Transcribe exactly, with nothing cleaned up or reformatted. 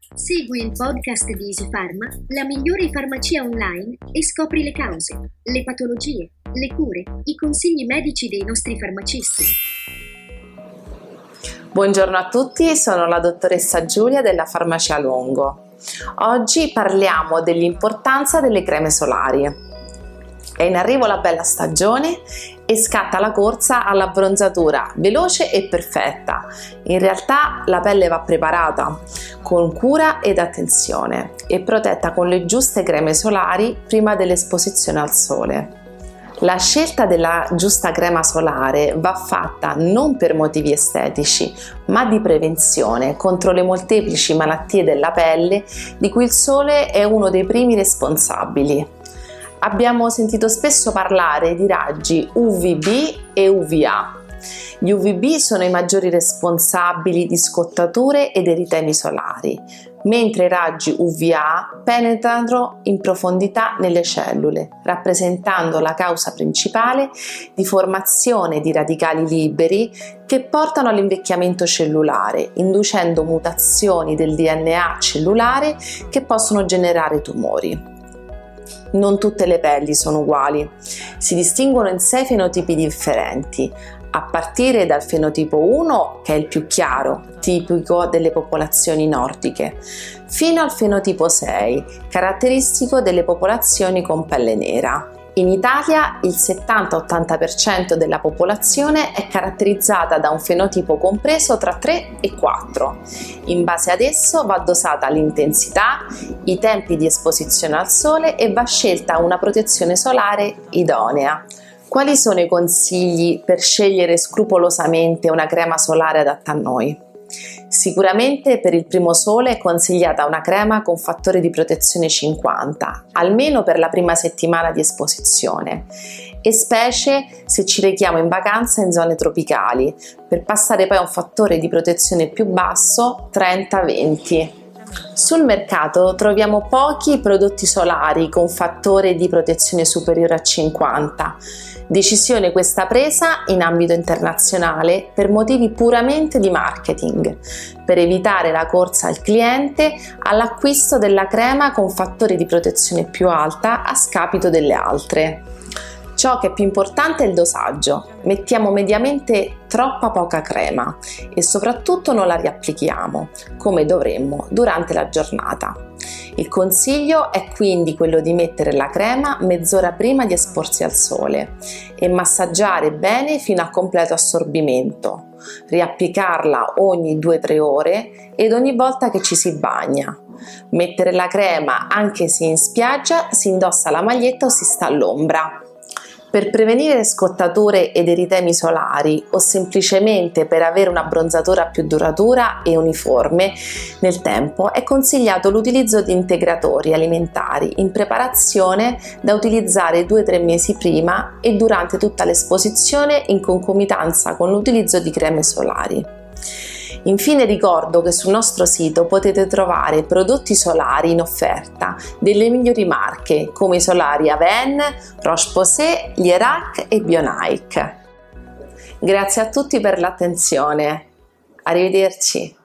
Segui il podcast di EasyPharma, la migliore farmacia online, e scopri le cause, le patologie, le cure, i consigli medici dei nostri farmacisti. Buongiorno a tutti, sono la dottoressa Giulia della Farmacia Longo. Oggi parliamo dell'importanza delle creme solari. È in arrivo la bella stagione e scatta la corsa all'abbronzatura veloce e perfetta. In realtà la pelle va preparata con cura ed attenzione e protetta con le giuste creme solari prima dell'esposizione al sole. La scelta della giusta crema solare va fatta non per motivi estetici, ma di prevenzione contro le molteplici malattie della pelle di cui il sole è uno dei primi responsabili. Abbiamo sentito spesso parlare di raggi U V B e U V A. Gli U V B sono i maggiori responsabili di scottature ed eritemi solari, mentre i raggi U V A penetrano in profondità nelle cellule, rappresentando la causa principale di formazione di radicali liberi che portano all'invecchiamento cellulare, inducendo mutazioni del D N A cellulare che possono generare tumori. Non tutte le pelli sono uguali, si distinguono in sei fenotipi differenti, a partire dal fenotipo uno, che è il più chiaro, tipico delle popolazioni nordiche, fino al fenotipo sei, caratteristico delle popolazioni con pelle nera. In Italia il settanta ottanta per cento della popolazione è caratterizzata da un fenotipo compreso tra tre e quattro. In base ad esso va dosata l'intensità, i tempi di esposizione al sole e va scelta una protezione solare idonea. Quali sono i consigli per scegliere scrupolosamente una crema solare adatta a noi? Sicuramente per il primo sole è consigliata una crema con fattore di protezione cinquanta, almeno per la prima settimana di esposizione, e specie se ci rechiamo in vacanza in zone tropicali, per passare poi a un fattore di protezione più basso, trenta venti. Sul mercato troviamo pochi prodotti solari con fattore di protezione superiore a cinquanta. Decisione questa presa in ambito internazionale per motivi puramente di marketing, per evitare la corsa al cliente all'acquisto della crema con fattore di protezione più alta a scapito delle altre. Ciò che è più importante è il dosaggio. Mettiamo mediamente troppa poca crema e soprattutto non la riapplichiamo, come dovremmo, durante la giornata. Il consiglio è quindi quello di mettere la crema mezz'ora prima di esporsi al sole e massaggiare bene fino a completo assorbimento, riapplicarla ogni due tre ore ed ogni volta che ci si bagna. Mettere la crema anche se in spiaggia, si indossa la maglietta o si sta all'ombra. Per prevenire scottature ed eritemi solari o semplicemente per avere una bronzatura più duratura e uniforme nel tempo è consigliato l'utilizzo di integratori alimentari in preparazione da utilizzare due tre mesi prima e durante tutta l'esposizione in concomitanza con l'utilizzo di creme solari. Infine ricordo che sul nostro sito potete trovare prodotti solari in offerta delle migliori marche come i solari Avène, Roche-Posay, Lierac e Bionike. Grazie a tutti per l'attenzione. Arrivederci.